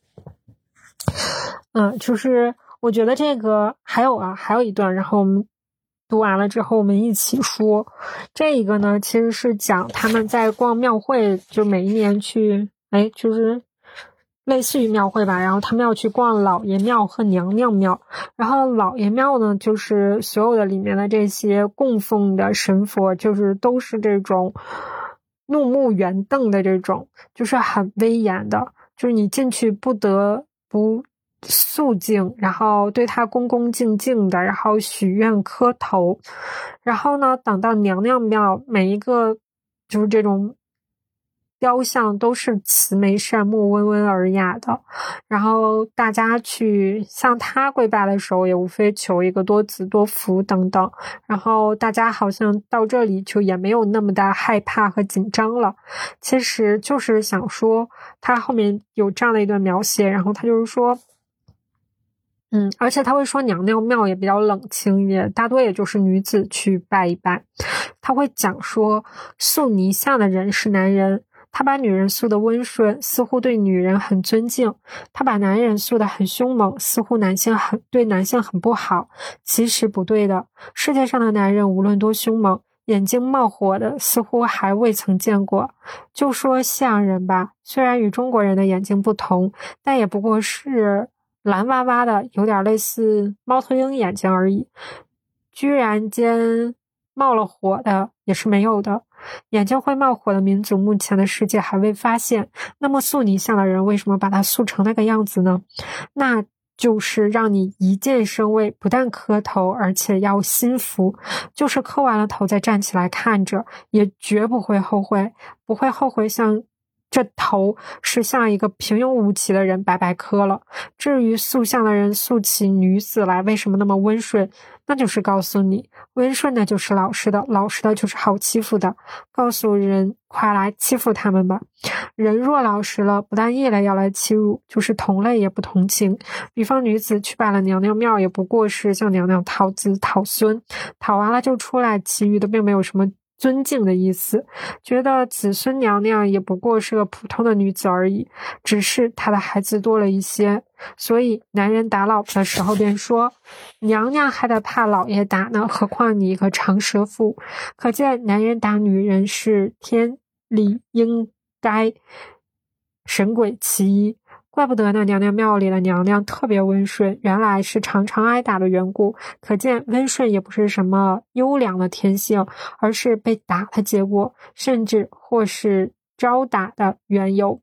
嗯，就是我觉得这个还有啊，还有一段，然后我们读完了之后我们一起说。这个呢其实是讲他们在逛庙会，就每一年去哎就是类似于庙会吧，然后他们要去逛老爷庙和娘娘庙。然后老爷庙呢，就是所有的里面的这些供奉的神佛，就是都是这种怒目圆瞪的这种，就是很威严的，就是你进去不得不肃静，然后对他恭恭敬敬的，然后许愿磕头。然后呢，等到娘娘庙，每一个就是这种雕像都是慈眉善目、温文尔雅的，然后大家去向他跪拜的时候，也无非求一个多子多福等等。然后大家好像到这里就也没有那么的害怕和紧张了。其实就是想说，他后面有这样的一段描写，然后他就是说，嗯，而且他会说娘娘庙也比较冷清，也大多也就是女子去拜一拜。他会讲说，塑泥像的人是男人。他把女人塑得温顺，似乎对女人很尊敬；他把男人塑得很凶猛，似乎男性很对男性很不好。其实不对的，世界上的男人无论多凶猛，眼睛冒火的似乎还未曾见过。就说西洋人吧，虽然与中国人的眼睛不同，但也不过是蓝哇哇的，有点类似猫头鹰眼睛而已。居然间冒了火的也是没有的。眼睛会冒火的民族，目前的世界还未发现。那么塑泥像的人为什么把它塑成那个样子呢？那就是让你一箭生畏，不但磕头，而且要心服，就是磕完了头再站起来看着，也绝不会后悔，不会后悔像这头是像一个平庸无奇的人白白磕了。至于塑像的人塑起女子来为什么那么温顺，那就是告诉你，温顺的就是老实的，老实的就是好欺负的，告诉人快来欺负他们吧。人若老实了，不但异类要来欺辱，就是同类也不同情。比方女子去拜了娘娘庙，也不过是向娘娘讨子讨孙，讨完了就出来，其余的并没有什么尊敬的意思，觉得子孙娘娘也不过是个普通的女子而已，只是她的孩子多了一些。所以男人打老婆的时候便说，娘娘还得怕老爷打呢，何况你一个长舌妇。可见男人打女人是天理应该，神鬼其一。怪不得那娘娘庙里的娘娘特别温顺，原来是常常挨打的缘故。可见温顺也不是什么优良的天性，而是被打的结果，甚至或是招打的缘由。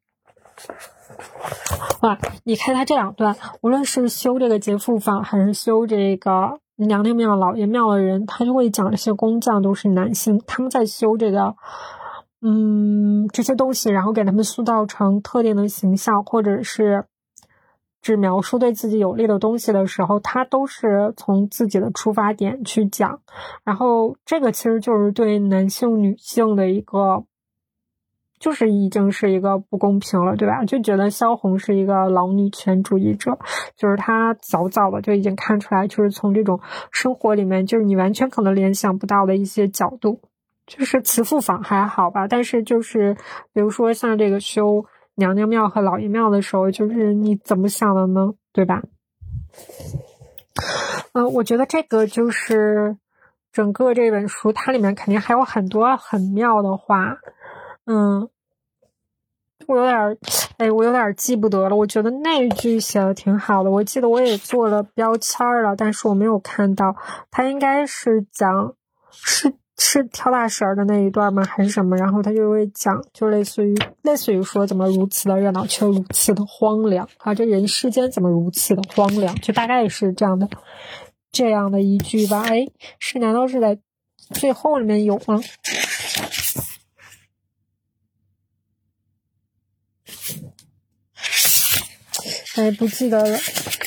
哇，你看他这两段，无论是修这个节妇坊还是修这个娘娘庙、老爷庙的人，他就会讲这些工匠都是男性，他们在修这个嗯，这些东西，然后给他们塑造成特定的形象，或者是只描述对自己有利的东西的时候，他都是从自己的出发点去讲。然后这个其实就是对男性、女性的一个就是已经是一个不公平了，对吧？就觉得萧红是一个老女权主义者，就是她早早的就已经看出来，就是从这种生活里面，就是你完全可能联想不到的一些角度。就是慈父坊还好吧，但是就是比如说像这个修娘娘庙和老爷庙的时候，就是你怎么想的呢？对吧？呃，我觉得这个就是整个这本书，它里面肯定还有很多很妙的话。嗯，我有点哎，我有点记不得了。我觉得那一句写的挺好的，我记得我也做了标签了，但是我没有看到。它应该是讲是是跳大神的那一段吗？还是什么？然后他就会讲，就类似于类似于说怎么如此的热闹，却如此的荒凉啊！这人世间怎么如此的荒凉？就大概是这样的这样的一句吧。哎，是难道是在最后里面有吗？哎，不记得了。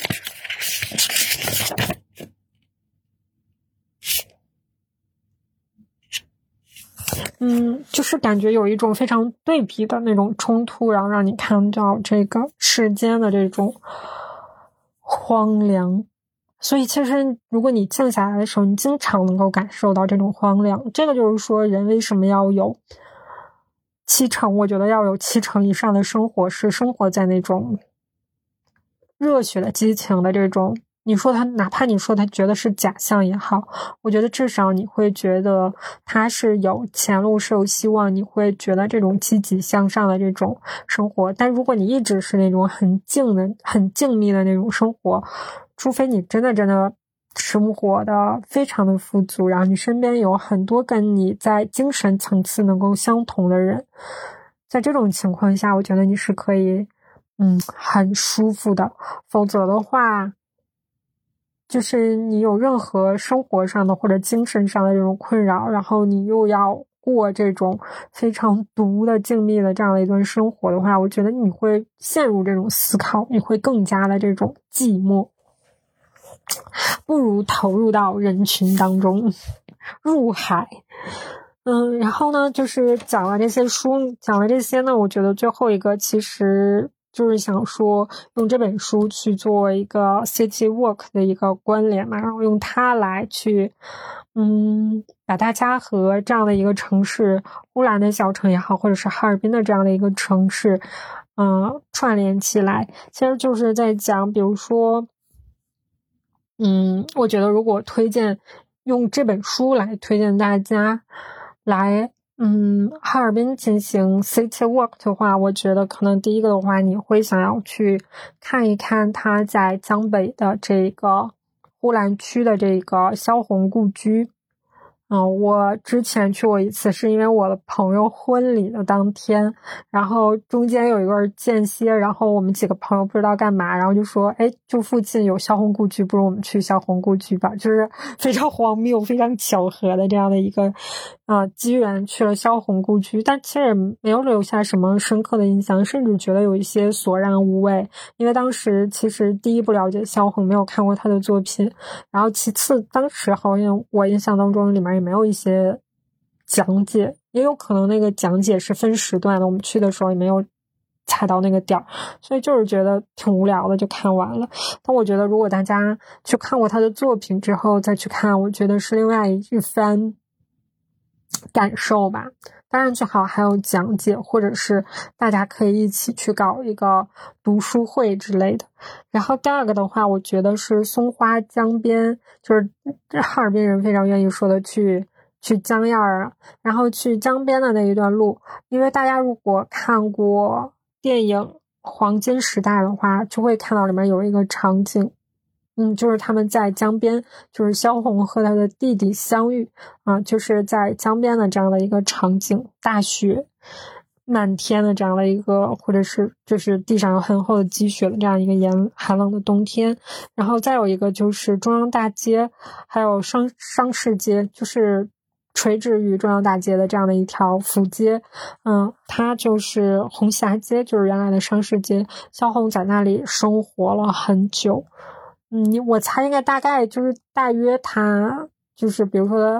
嗯，就是感觉有一种非常对比的那种冲突，然后让你看到这个世间的这种荒凉。所以其实如果你静下来的时候，你经常能够感受到这种荒凉。这个就是说人为什么要有七成，我觉得要有七成以上的生活是生活在那种热血的激情的这种，你说他哪怕你说他觉得是假象也好，我觉得至少你会觉得他是有前路，是有希望，你会觉得这种积极向上的这种生活。但如果你一直是那种很静的很静谧的那种生活，除非你真的真的生活的非常的富足，然后你身边有很多跟你在精神层次能够相同的人，在这种情况下，我觉得你是可以嗯，很舒服的。否则的话，就是你有任何生活上的或者精神上的这种困扰，然后你又要过这种非常毒的静谧的这样的一段生活的话，我觉得你会陷入这种思考，你会更加的这种寂寞，不如投入到人群当中，入海。嗯，然后呢，就是讲了这些书，讲了这些呢，我觉得最后一个其实就是想说用这本书去做一个 city walk 的一个关联嘛，然后用它来去嗯，把大家和这样的一个城市，乌兰的小城也好，或者是哈尔滨的这样的一个城市嗯、呃，串联起来，其实就是在讲比如说嗯，我觉得如果推荐用这本书来推荐大家来嗯，哈尔滨进行 city walk 的话，我觉得可能第一个的话，你会想要去看一看它在江北的这个呼兰区的这个萧红故居。嗯，我之前去过一次，是因为我的朋友婚礼的当天，然后中间有一段间歇，然后我们几个朋友不知道干嘛，然后就说，哎，就附近有萧红故居，不如我们去萧红故居吧，就是非常荒谬、非常巧合的这样的一个啊、呃、机缘去了萧红故居，但其实也没有留下什么深刻的印象，甚至觉得有一些索然无味，因为当时其实第一不了解萧红，没有看过她的作品，然后其次当时好像我印象当中里面也没有一些讲解，也有可能那个讲解是分时段的，我们去的时候也没有踩到那个点儿，所以就是觉得挺无聊的，就看完了。但我觉得如果大家去看过他的作品之后再去看，我觉得是另外一番感受吧。当然最好还有讲解，或者是大家可以一起去搞一个读书会之类的。然后第二个的话，我觉得是松花江边，就是哈尔滨人非常愿意说的去去江沿儿，然后去江边的那一段路。因为大家如果看过电影《黄金时代》的话，就会看到里面有一个场景，嗯，就是他们在江边，就是萧红和他的弟弟相遇啊，就是在江边的这样的一个场景，大雪满天的这样的一个，或者是就是地上有很厚的积雪的这样一个严寒冷的冬天。然后再有一个就是中央大街，还有商商市街，就是垂直于中央大街的这样的一条辅街，嗯，它就是红霞街，就是原来的商市街。萧红在那里生活了很久。嗯，我猜应该大概就是大约他就是比如说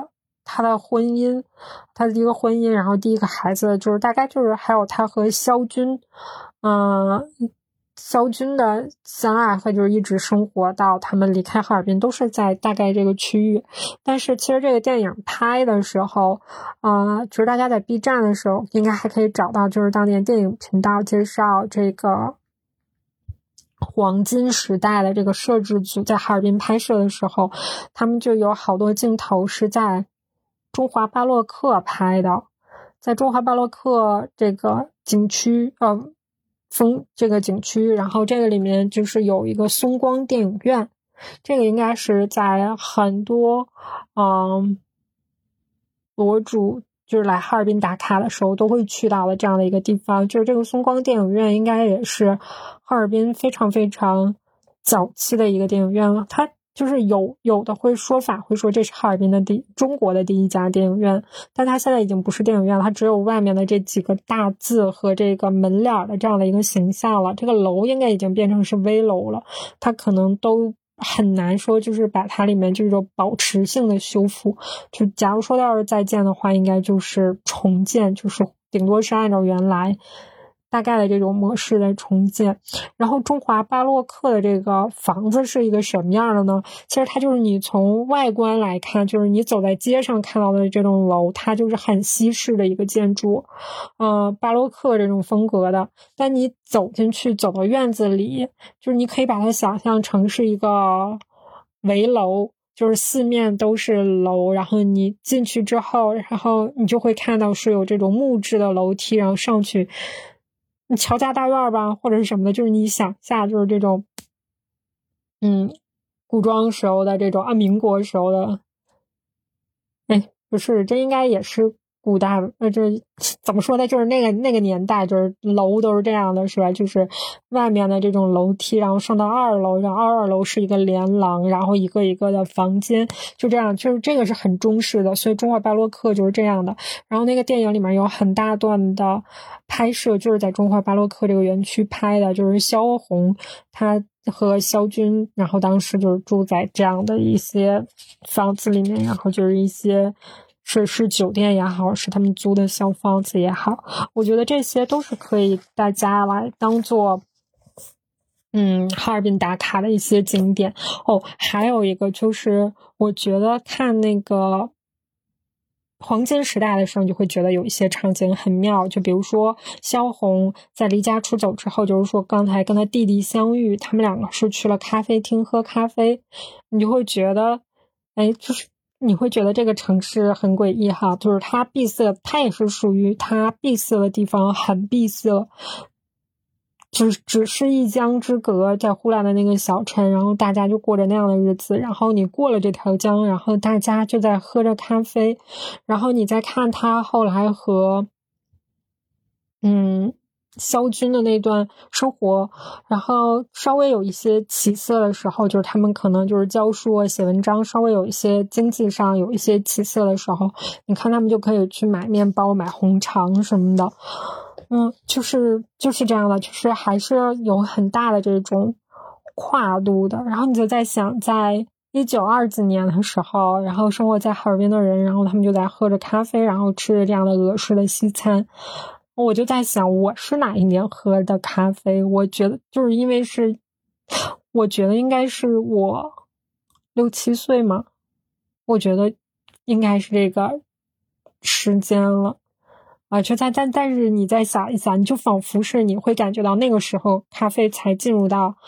他的婚姻，他的第一个婚姻，然后第一个孩子，就是大概就是还有他和萧军，嗯、呃，萧军的相爱和就是一直生活到他们离开哈尔滨，都是在大概这个区域。但是其实这个电影拍的时候，呃，就是大家在 B 站的时候，应该还可以找到，就是当年电影频道介绍这个黄金时代的这个摄制组在哈尔滨拍摄的时候，他们就有好多镜头是在中华巴洛克拍的，在中华巴洛克这个景区，呃，风这个景区，然后这个里面就是有一个松光电影院，这个应该是在很多嗯博主就是来哈尔滨打卡的时候都会去到的这样的一个地方。就是这个松光电影院应该也是哈尔滨非常非常早期的一个电影院了，它就是有有的会说法会说这是哈尔滨的第中国的第一家电影院，但它现在已经不是电影院了，它只有外面的这几个大字和这个门脸的这样的一个形象了。这个楼应该已经变成是危楼了，它可能都很难说就是把它里面这种保持性的修复，就假如说要是再建的话，应该就是重建，就是顶多是按照原来大概的这种模式来重建。然后中华巴洛克的这个房子是一个什么样的呢？其实它就是你从外观来看，就是你走在街上看到的这栋楼，它就是很西式的一个建筑，呃，巴洛克这种风格的。但你走进去，走到院子里，就是你可以把它想象成是一个围楼，就是四面都是楼，然后你进去之后，然后你就会看到是有这种木质的楼梯，然后上去你乔家大院吧，或者是什么的，就是你想下就是这种嗯古装时候的这种啊民国时候的，哎，不是，这应该也是古代，呃，这怎么说呢？就是那个那个年代，就是楼都是这样的，是吧？就是外面的这种楼梯，然后上到二楼，然后二楼是一个连廊，然后一个一个的房间，就这样，就是这个是很中式的，所以中华巴洛克就是这样的。然后那个电影里面有很大段的拍摄，就是在中华巴洛克这个园区拍的，就是萧红她和萧军，然后当时就是住在这样的一些房子里面，然后就是一些是是酒店也好，是他们租的小房子也好，我觉得这些都是可以大家来当做嗯哈尔滨打卡的一些景点。哦，还有一个就是我觉得看那个黄金时代的时候，你就会觉得有一些场景很妙，就比如说萧红在离家出走之后，就是说刚才跟他弟弟相遇，他们两个是去了咖啡厅喝咖啡，你就会觉得哎，就是你会觉得这个城市很诡异哈，就是它闭塞，它也是属于它闭塞的地方很闭塞，只只是一江之隔，在呼兰的那个小镇，然后大家就过着那样的日子，然后你过了这条江，然后大家就在喝着咖啡，然后你再看他后来和嗯萧军的那段生活，然后稍微有一些起色的时候，就是他们可能就是教书啊写文章稍微有一些经济上有一些起色的时候，你看他们就可以去买面包买红肠什么的，嗯，就是就是这样的，就是还是有很大的这种跨度的。然后你就在想，在一九二几年的时候，然后生活在哈尔滨的人，然后他们就在喝着咖啡，然后吃着这样的俄式的西餐。我就在想，我是哪一年喝的咖啡？我觉得就是因为是，我觉得应该是我六七岁嘛，我觉得应该是这个时间了。啊，就在但但是你再想一想，你就仿佛是你会感觉到那个时候咖啡才进入到，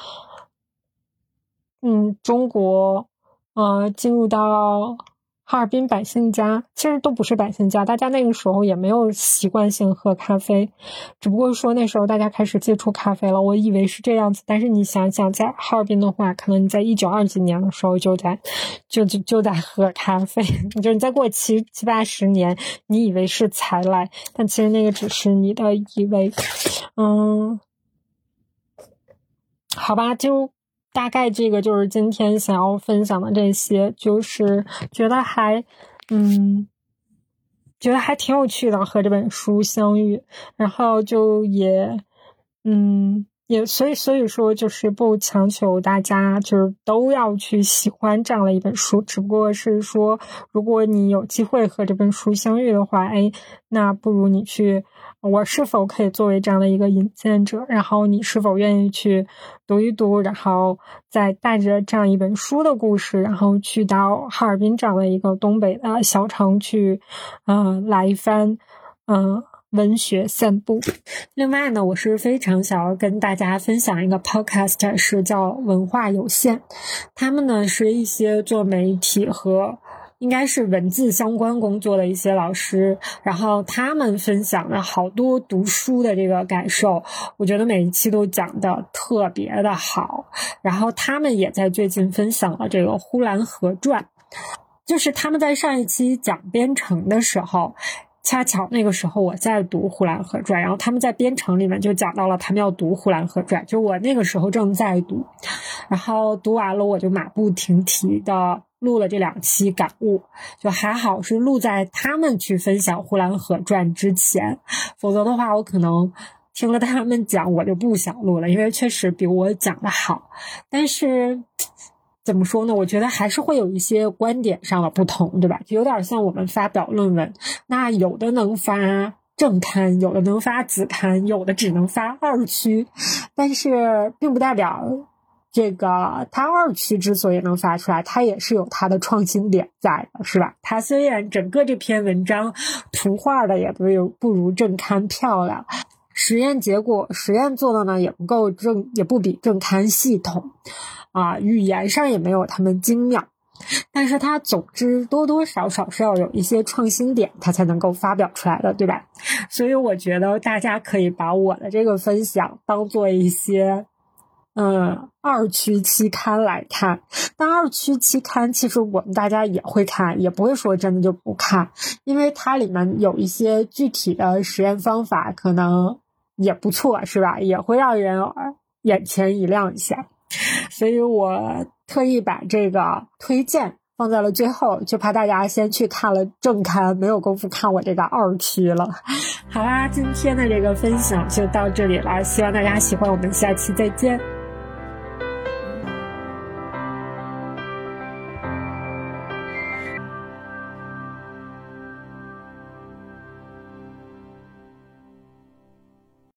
嗯，中国，呃，进入到哈尔滨百姓家，其实都不是百姓家，大家那个时候也没有习惯性喝咖啡，只不过说那时候大家开始接触咖啡了，我以为是这样子，但是你想想，在哈尔滨的话，可能你在一九二几年的时候就在就就就在喝咖啡，就是你再过七七八十年，你以为是才来，但其实那个只是你的以为，嗯，好吧，就。大概这个就是今天想要分享的这些，就是觉得还嗯觉得还挺有趣的和这本书相遇，然后就也嗯也所以所以说就是不强求大家就是都要去喜欢这样的一本书，只不过是说如果你有机会和这本书相遇的话，哎，那不如你去，我是否可以作为这样的一个引荐者，然后你是否愿意去读一读，然后再带着这样一本书的故事，然后去到哈尔滨这样的一个东北的小城去呃来一番嗯。呃文学散步。另外呢，我是非常想要跟大家分享一个 podcast， 是叫文化有限。他们呢是一些做媒体和应该是文字相关工作的一些老师，然后他们分享了好多读书的这个感受，我觉得每一期都讲的特别的好。然后他们也在最近分享了这个《呼兰河传》，就是他们在上一期讲编程的时候，恰巧那个时候我在读《呼兰河传》，然后他们在编程里面就讲到了他们要读《呼兰河传》，就我那个时候正在读，然后读完了我就马不停蹄的录了这两期感悟，就还好是录在他们去分享《呼兰河传》之前，否则的话我可能听了他们讲我就不想录了，因为确实比我讲的好。但是怎么说呢，我觉得还是会有一些观点上的不同，对吧？就有点像我们发表论文，那有的能发正刊，有的能发子刊，有的只能发二区，但是并不代表这个它二区之所以能发出来，它也是有它的创新点在的，是吧？它虽然整个这篇文章图画的也不如不如正刊漂亮，实验结果实验做的呢也不够正，也不比正刊系统啊，语言上也没有他们精妙，但是它总之多多少少是要有一些创新点，它才能够发表出来的，对吧？所以我觉得大家可以把我的这个分享当做一些嗯，二区期刊来看。但二区期刊其实我们大家也会看，也不会说真的就不看，因为它里面有一些具体的实验方法可能也不错，是吧？也会让人眼前一亮一下。所以我特意把这个推荐放在了最后，就怕大家先去看了正刊，没有功夫看我这个二区了。好啦，今天的这个分享就到这里了，希望大家喜欢，我们下期再见。